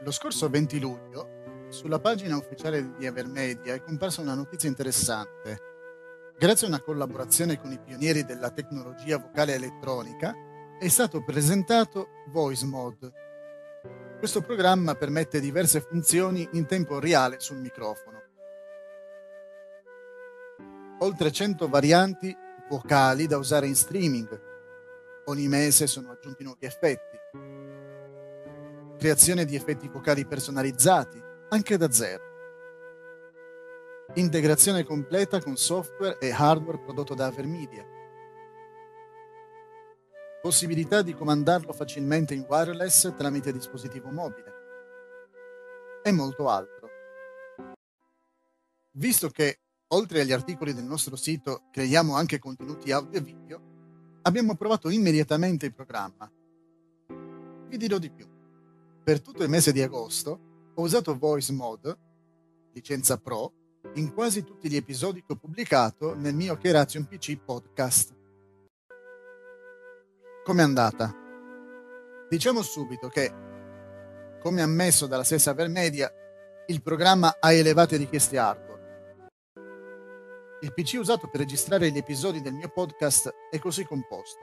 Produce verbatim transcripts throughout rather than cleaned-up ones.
Lo scorso venti luglio, sulla pagina ufficiale di Avermedia è comparsa una notizia interessante. Grazie a una collaborazione con i pionieri della tecnologia vocale elettronica, è stato presentato VoiceMod. Questo programma permette diverse funzioni in tempo reale sul microfono. Oltre cento varianti vocali da usare in streaming. Ogni mese sono aggiunti nuovi effetti. Creazione di effetti vocali personalizzati, anche da zero. Integrazione completa con software e hardware prodotto da Avermedia. Possibilità di comandarlo facilmente in wireless tramite dispositivo mobile. E molto altro. Visto che, oltre agli articoli del nostro sito, creiamo anche contenuti audio e video, abbiamo provato immediatamente il programma. Vi dirò di più. Per tutto il mese di agosto ho usato VoiceMod, licenza Pro, in quasi tutti gli episodi che ho pubblicato nel mio Keration P C podcast. Com'è andata? Diciamo subito che, come ammesso dalla stessa Avermedia, il programma ha elevate richieste hardware. Il P C usato per registrare gli episodi del mio podcast è così composto.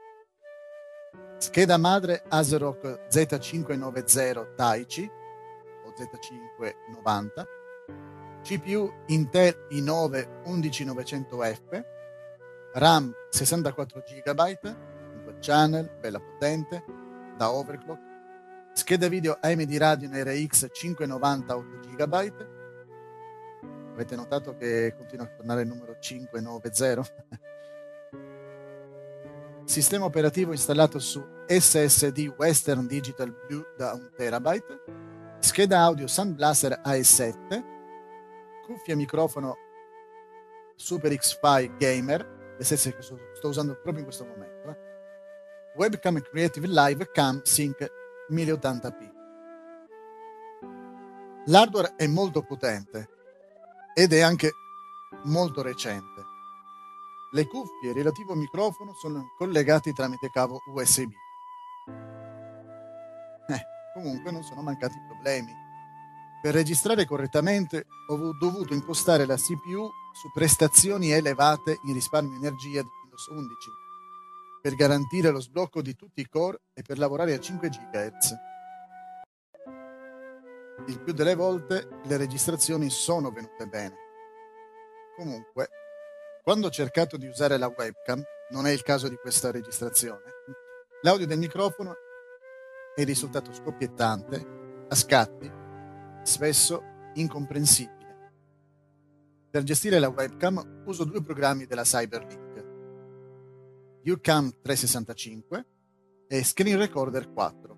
Scheda madre ASRock Z cinquecentonovanta Taichi o Z cinquecentonovanta, C P U Intel i nove undici novecento F, RAM sessantaquattro giga, cinque channel, bella potente, da overclock, scheda video A M D Radeon R X cinquecentonovanta otto giga. Avete notato che continua a tornare il numero cinquecentonovanta? Sistema operativo installato su S S D Western Digital Blue da un terabyte, scheda audio Sound Blaster A E sette, cuffia microfono Super X Fi Gamer, le stesse che sto usando proprio in questo momento, eh. Webcam Creative Live Cam Sync mille ottanta p. L'hardware è molto potente ed è anche molto recente. Le cuffie e il relativo microfono sono collegati tramite cavo U S B. Eh, comunque non sono mancati problemi. Per registrare correttamente ho dovuto impostare la C P U su prestazioni elevate in risparmio energia di Windows undici per garantire lo sblocco di tutti i core e per lavorare a cinque gigahertz. Il più delle volte le registrazioni sono venute bene. Comunque, quando ho cercato di usare la webcam, non è il caso di questa registrazione, l'audio del microfono è risultato scoppiettante, a scatti, spesso incomprensibile. Per gestire la webcam uso due programmi della Cyberlink, UCam trecentosessantacinque e Screen Recorder quattro.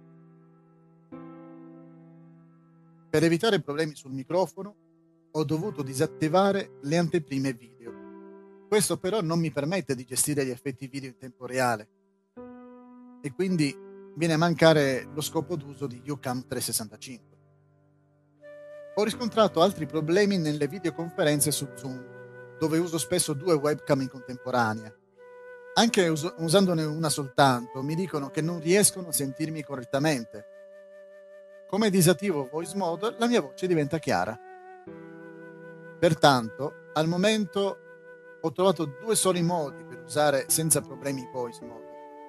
Per evitare problemi sul microfono ho dovuto disattivare le anteprime video. Questo però non mi permette di gestire gli effetti video in tempo reale e quindi viene a mancare lo scopo d'uso di UCam trecentosessantacinque. Ho riscontrato altri problemi nelle videoconferenze su Zoom, dove uso spesso due webcam in contemporanea. Anche us- usandone una soltanto, mi dicono che non riescono a sentirmi correttamente. Come disattivo VoiceMod, la mia voce diventa chiara. Pertanto, al momento ho trovato due soli modi per usare senza problemi VoiceMod.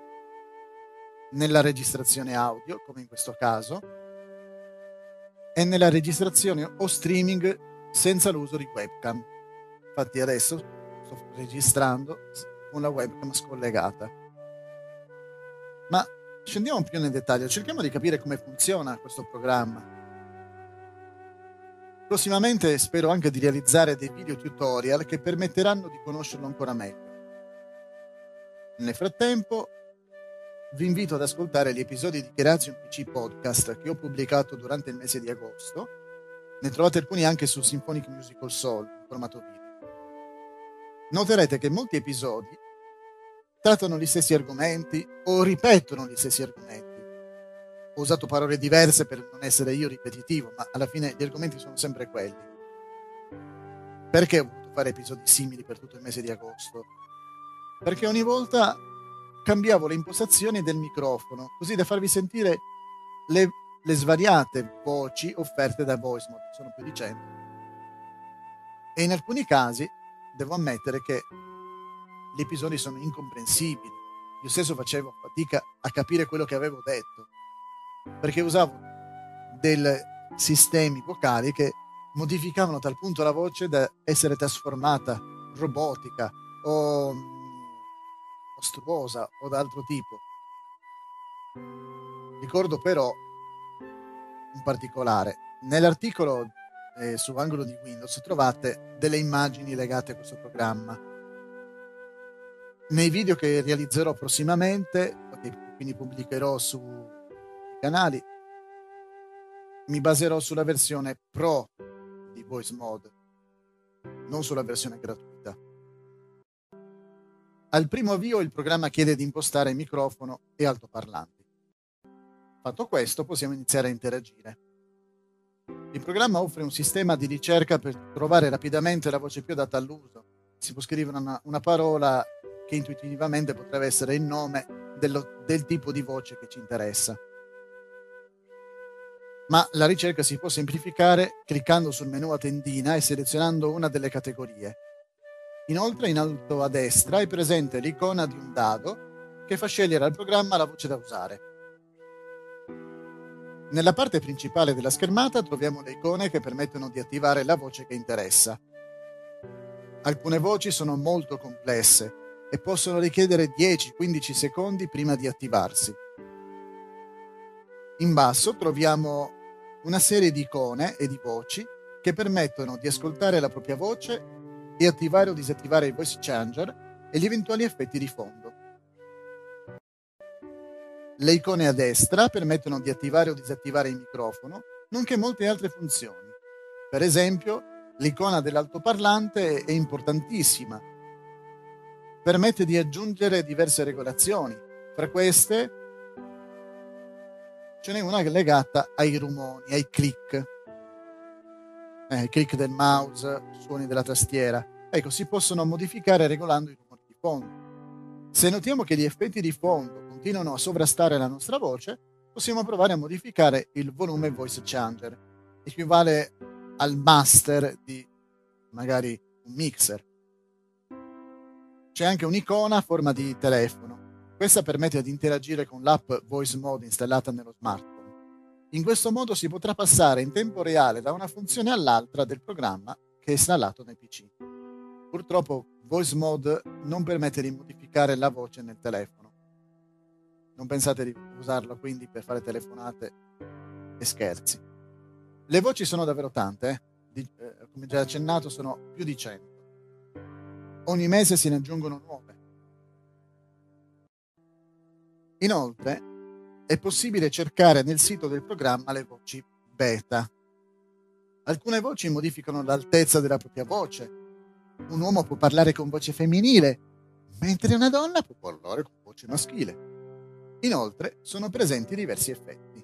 Nella registrazione audio, come in questo caso, e nella registrazione o streaming senza l'uso di webcam. Infatti adesso sto registrando con la webcam scollegata. Ma scendiamo più nel dettaglio, cerchiamo di capire come funziona questo programma. Prossimamente spero anche di realizzare dei video tutorial che permetteranno di conoscerlo ancora meglio. Nel frattempo, vi invito ad ascoltare gli episodi di Keration P C Podcast che ho pubblicato durante il mese di agosto. Ne trovate alcuni anche su Symphonic Musical Soul, in formato video. Noterete che molti episodi trattano gli stessi argomenti o ripetono gli stessi argomenti. Ho usato parole diverse per non essere io ripetitivo, ma alla fine gli argomenti sono sempre quelli. Perché ho voluto fare episodi simili per tutto il mese di agosto? Perché ogni volta cambiavo le impostazioni del microfono, così da farvi sentire le le svariate voci offerte da VoiceMod, sono più di cento, e in alcuni casi devo ammettere che gli episodi sono incomprensibili. Io stesso facevo fatica a capire quello che avevo detto, perché usavo dei sistemi vocali che modificavano a tal punto la voce da essere trasformata robotica o mostruosa o d'altro tipo. Ricordo però un particolare. Nell'articolo eh, su Angolo di Windows trovate delle immagini legate a questo programma. Nei video che realizzerò prossimamente, che quindi pubblicherò sui canali, mi baserò sulla versione Pro di VoiceMod, non sulla versione gratuita. Al primo avvio il programma chiede di impostare microfono e altoparlanti. Fatto questo, possiamo iniziare a interagire. Il programma offre un sistema di ricerca per trovare rapidamente la voce più adatta all'uso. Si può scrivere una, una parola che intuitivamente potrebbe essere il nome dello, del tipo di voce che ci interessa. Ma la ricerca si può semplificare cliccando sul menu a tendina e selezionando una delle categorie. Inoltre, in alto a destra è presente l'icona di un dado che fa scegliere al programma la voce da usare. Nella parte principale della schermata troviamo le icone che permettono di attivare la voce che interessa. Alcune voci sono molto complesse e possono richiedere dieci quindici secondi prima di attivarsi. In basso troviamo una serie di icone e di voci che permettono di ascoltare la propria voce e attivare o disattivare i voice changer e gli eventuali effetti di fondo. Le icone a destra permettono di attivare o disattivare il microfono, nonché molte altre funzioni. Per esempio, l'icona dell'altoparlante è importantissima. Permette di aggiungere diverse regolazioni. Fra queste ce n'è una legata ai rumori, ai click. Eh, click del mouse, suoni della tastiera. Ecco, si possono modificare regolando i rumori di fondo. Se notiamo che gli effetti di fondo continuano a sovrastare la nostra voce, possiamo provare a modificare il volume voice changer, equivale al master di magari un mixer. C'è anche un'icona a forma di telefono. Questa permette di interagire con l'app VoiceMod installata nello smartphone. In questo modo si potrà passare in tempo reale da una funzione all'altra del programma che è installato nel P C. Purtroppo VoiceMod non permette di modificare la voce nel telefono. Non pensate di usarlo quindi per fare telefonate e scherzi. Le voci sono davvero tante, eh? Di, eh, come già accennato sono più di cento. Ogni mese se ne aggiungono nuove. Inoltre è possibile cercare nel sito del programma le voci beta. Alcune voci modificano l'altezza della propria voce. Un uomo può parlare con voce femminile, mentre una donna può parlare con voce maschile. Inoltre sono presenti diversi effetti.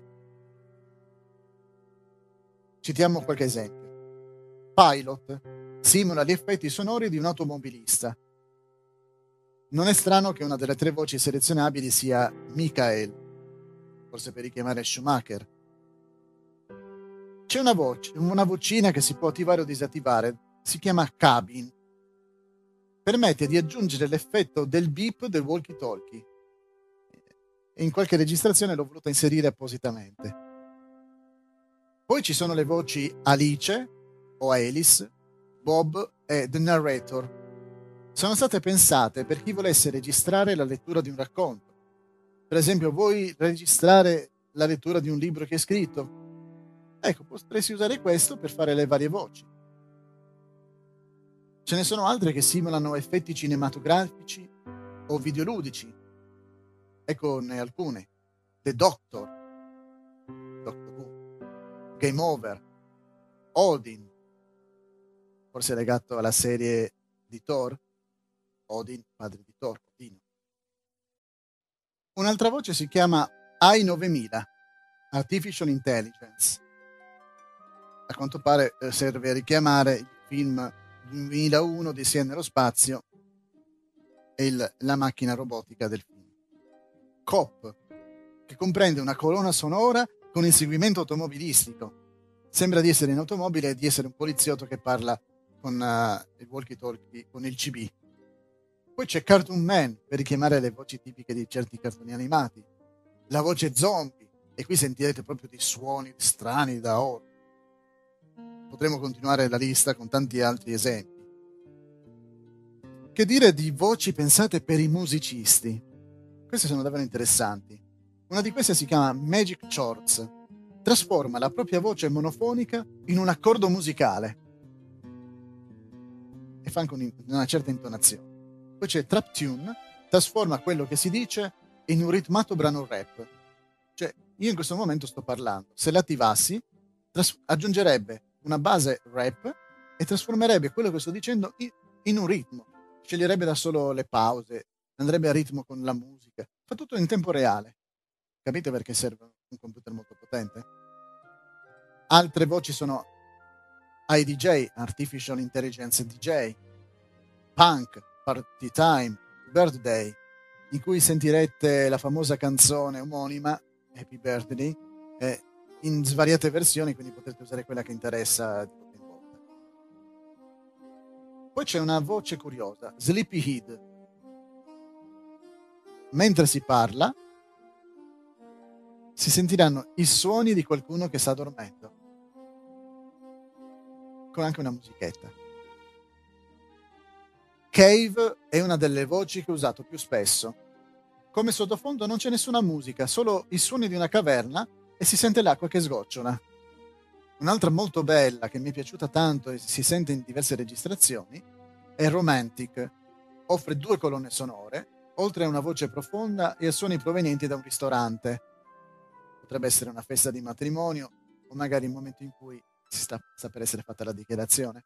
Citiamo qualche esempio. Pilot simula gli effetti sonori di un automobilista. Non è strano che una delle tre voci selezionabili sia Michael, forse per richiamare Schumacher. C'è una voce, una vocina che si può attivare o disattivare, si chiama cabin. Permette di aggiungere l'effetto del beep del walkie-talkie. E in qualche registrazione l'ho voluta inserire appositamente. Poi ci sono le voci Alice o Alice, Bob e The Narrator. Sono state pensate per chi volesse registrare la lettura di un racconto. Per esempio, vuoi registrare la lettura di un libro che hai scritto? Ecco, potresti usare questo per fare le varie voci. Ce ne sono altre che simulano effetti cinematografici o videoludici. Eccone alcune. The Doctor, Doctor Who, Game Over, Odin, forse legato alla serie di Thor, Odin, padre di Thor, Odino. Un'altra voce si chiama A I novemila, Artificial Intelligence. A quanto pare serve a richiamare il film duemilauno di Odissea nello spazio e il, la macchina robotica del film. C O P, che comprende una colonna sonora con inseguimento automobilistico. Sembra di essere in automobile e di essere un poliziotto che parla con uh, il walkie-talkie, con il C B. Poi c'è Cartoon Man per richiamare le voci tipiche di certi cartoni animati. La voce zombie, e qui sentirete proprio dei suoni strani da oro. Potremmo continuare la lista con tanti altri esempi. Che dire di voci pensate per i musicisti? Queste sono davvero interessanti. Una di queste si chiama Magic Chords. Trasforma la propria voce monofonica in un accordo musicale e fa anche una certa intonazione. Poi c'è Trap Tune, trasforma quello che si dice in un ritmato brano rap. Cioè, io in questo momento sto parlando. Se l'attivassi, tras- aggiungerebbe una base rap e trasformerebbe quello che sto dicendo in, in un ritmo. Sceglierebbe da solo le pause, andrebbe a ritmo con la musica. Fa tutto in tempo reale. Capite perché serve un computer molto potente? Altre voci sono I D J, Artificial Intelligence D J, Punk, Party Time, Birthday, in cui sentirete la famosa canzone omonima, Happy Birthday, eh, in svariate versioni, quindi potrete usare quella che interessa di volta in volta. Poi c'è una voce curiosa, Sleepyhead. Mentre si parla, si sentiranno i suoni di qualcuno che sta dormendo, con anche una musichetta. Cave è una delle voci che ho usato più spesso. Come sottofondo non c'è nessuna musica, solo i suoni di una caverna e si sente l'acqua che sgocciola. Un'altra molto bella che mi è piaciuta tanto e si sente in diverse registrazioni è Romantic. Offre due colonne sonore, oltre a una voce profonda e a suoni provenienti da un ristorante. Potrebbe essere una festa di matrimonio o magari il momento in cui si sta, sta per essere fatta la dichiarazione.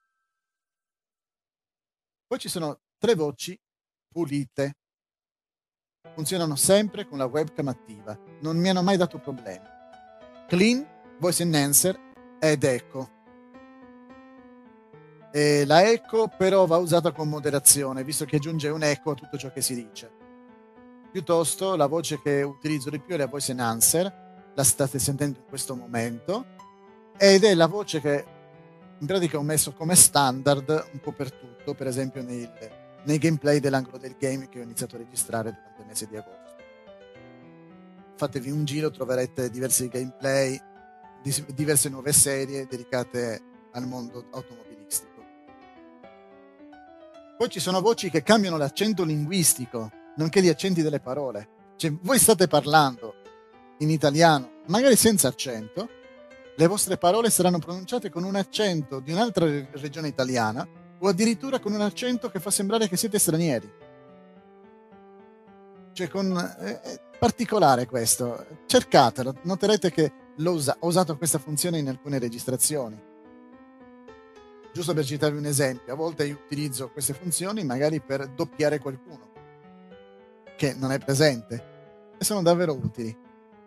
Poi ci sono tre voci pulite. Funzionano sempre con la webcam attiva. Non mi hanno mai dato problemi. Clean, Voice Enhancer ed Echo. E la Echo però va usata con moderazione, visto che aggiunge un eco a tutto ciò che si dice. Piuttosto la voce che utilizzo di più è la Voice Enhancer, la state sentendo in questo momento, ed è la voce che in pratica ho messo come standard un po' per tutto, per esempio nei, nei gameplay dell'angolo del game che ho iniziato a registrare durante il mese di agosto. Fatevi un giro, troverete diversi gameplay, diverse nuove serie dedicate al mondo automobilistico. Poi ci sono voci che cambiano l'accento linguistico, nonché gli accenti delle parole. Cioè, voi state parlando in italiano, magari senza accento, le vostre parole saranno pronunciate con un accento di un'altra regione italiana o addirittura con un accento che fa sembrare che siete stranieri. Cioè, con, è, è particolare questo. Cercatelo, noterete che l'ho usa, ho usato questa funzione in alcune registrazioni. Giusto per citarvi un esempio, a volte io utilizzo queste funzioni magari per doppiare qualcuno che non è presente e sono davvero utili.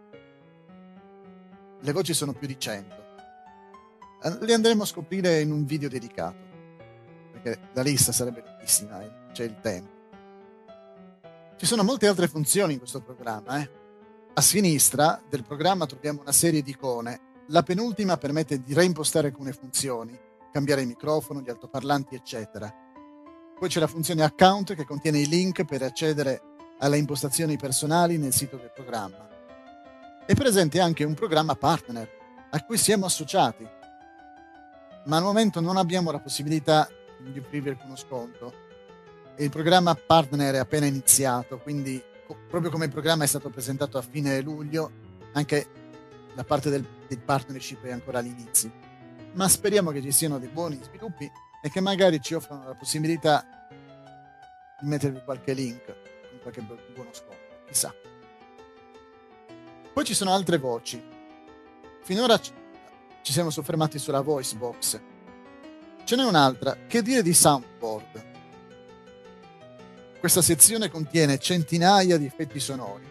Le voci sono più di cento. Le andremo a scoprire in un video dedicato, perché la lista sarebbe lunghissima e c'è il tempo. Ci sono molte altre funzioni in questo programma. Eh? A sinistra del programma troviamo una serie di icone. La penultima permette di reimpostare alcune funzioni, cambiare il microfono, gli altoparlanti, eccetera. Poi c'è la funzione account che contiene i link per accedere alle impostazioni personali nel sito del programma. È presente anche un programma partner a cui siamo associati, ma al momento non abbiamo la possibilità di offrirvi alcuno sconto. E il programma partner è appena iniziato, quindi proprio come il programma è stato presentato a fine luglio, anche la parte del, del partnership è ancora all'inizio. Ma speriamo che ci siano dei buoni sviluppi e che magari ci offrano la possibilità di mettervi qualche link con qualche buono sconto, chissà. Poi ci sono altre voci. Finora ci siamo soffermati sulla voice box. Ce n'è un'altra. Che dire di soundboard? Questa sezione contiene centinaia di effetti sonori.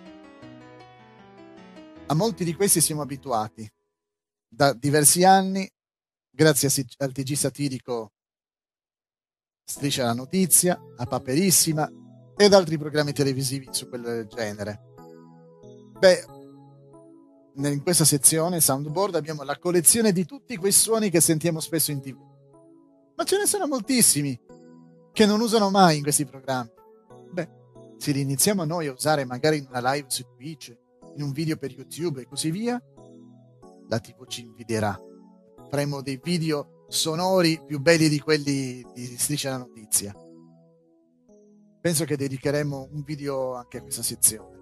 A molti di questi siamo abituati da diversi anni, grazie al T G satirico Striscia la Notizia, a Paperissima ed altri programmi televisivi su quel genere. Beh, in questa sezione soundboard abbiamo la collezione di tutti quei suoni che sentiamo spesso in tivù. Ma ce ne sono moltissimi che non usano mai in questi programmi. Beh, se li iniziamo noi a usare magari in una live su Twitch, in un video per YouTube e così via, la tivù ci invidierà. Faremo dei video sonori più belli di quelli di Striscia la Notizia. Penso che dedicheremo un video anche a questa sezione.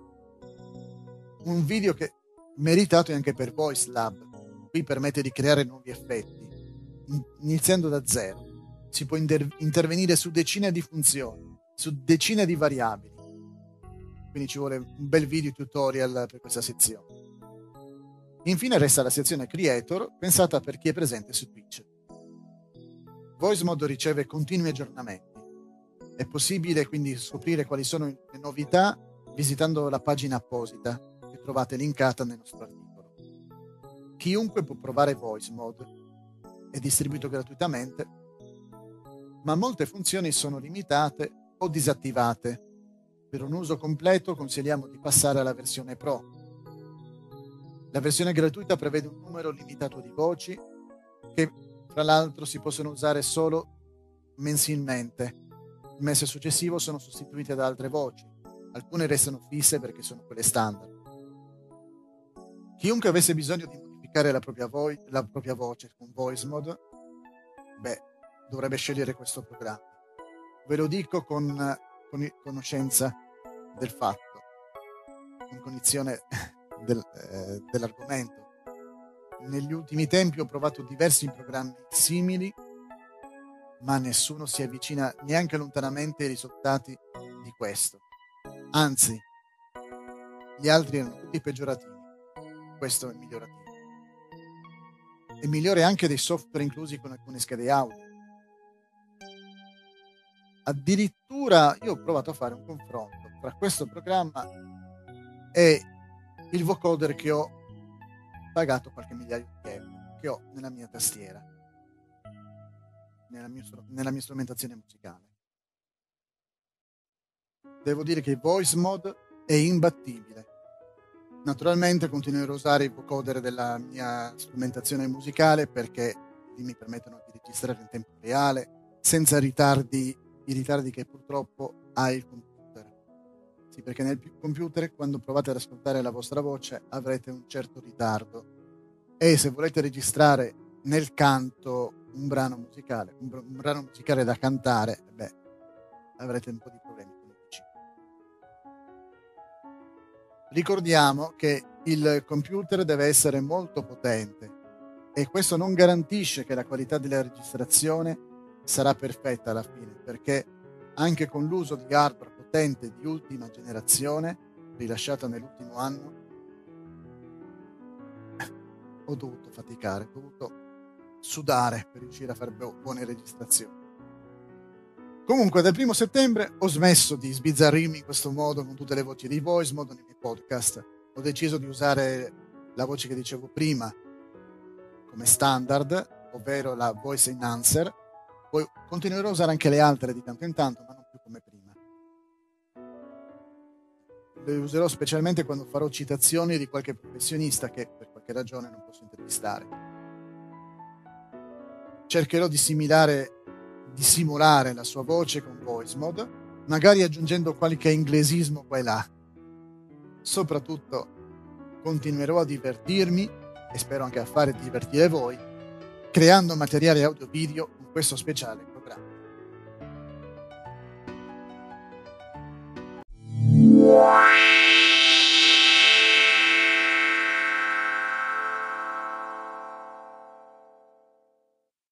Un video che meritato anche per Voice Lab. Qui permette di creare nuovi effetti, iniziando da zero. Si può inter- intervenire su decine di funzioni, su decine di variabili. Quindi ci vuole un bel video tutorial per questa sezione. Infine resta la sezione Creator, pensata per chi è presente su Twitch. VoiceMod riceve continui aggiornamenti. È possibile quindi scoprire quali sono le novità visitando la pagina apposita che trovate linkata nel nostro articolo. Chiunque può provare VoiceMod, è distribuito gratuitamente, ma molte funzioni sono limitate o disattivate. Per un uso completo consigliamo di passare alla versione Pro. La versione gratuita prevede un numero limitato di voci che, fra l'altro, si possono usare solo mensilmente. Il mese successivo sono sostituite da altre voci. Alcune restano fisse perché sono quelle standard. Chiunque avesse bisogno di modificare la propria, vo- la propria voce con VoiceMod, beh, dovrebbe scegliere questo programma. Ve lo dico con, con conoscenza del fatto, con cognizione del, eh, dell'argomento. Negli ultimi tempi ho provato diversi programmi simili, ma nessuno si avvicina neanche lontanamente ai risultati di questo. Anzi, gli altri erano tutti peggiorativi. Questo è migliorativo. È migliore anche dei software inclusi con alcune schede audio. Addirittura io ho provato a fare un confronto tra questo programma e il vocoder che ho pagato qualche migliaio di euro, che ho nella mia tastiera, nella mia, nella mia strumentazione musicale. Devo dire che il VoiceMod è imbattibile. Naturalmente continuerò a usare i vocoder della mia strumentazione musicale perché mi permettono di registrare in tempo reale senza ritardi, i ritardi che purtroppo ha il computer. Sì, perché nel computer quando provate ad ascoltare la vostra voce avrete un certo ritardo e se volete registrare nel canto un brano musicale, un, br- un brano musicale da cantare, beh, avrete un po' di problemi con il P C. Ricordiamo che il computer deve essere molto potente e questo non garantisce che la qualità della registrazione sarà perfetta alla fine, perché anche con l'uso di hardware potente di ultima generazione rilasciata nell'ultimo anno ho dovuto faticare, ho dovuto sudare per riuscire a fare buone registrazioni. Comunque dal primo settembre ho smesso di sbizzarrirmi in questo modo con tutte le voci di VoiceMod nei miei podcast. Ho deciso di usare la voce che dicevo prima come standard, ovvero la Voice Enhancer. Poi continuerò a usare anche le altre di tanto in tanto, ma non più come prima. Le userò specialmente quando farò citazioni di qualche professionista che per qualche ragione non posso intervistare. Cercherò di similare di simulare la sua voce con VoiceMod, magari aggiungendo qualche inglesismo qua e là. Soprattutto continuerò a divertirmi e spero anche a fare divertire voi creando materiale audio-video con questo speciale programma.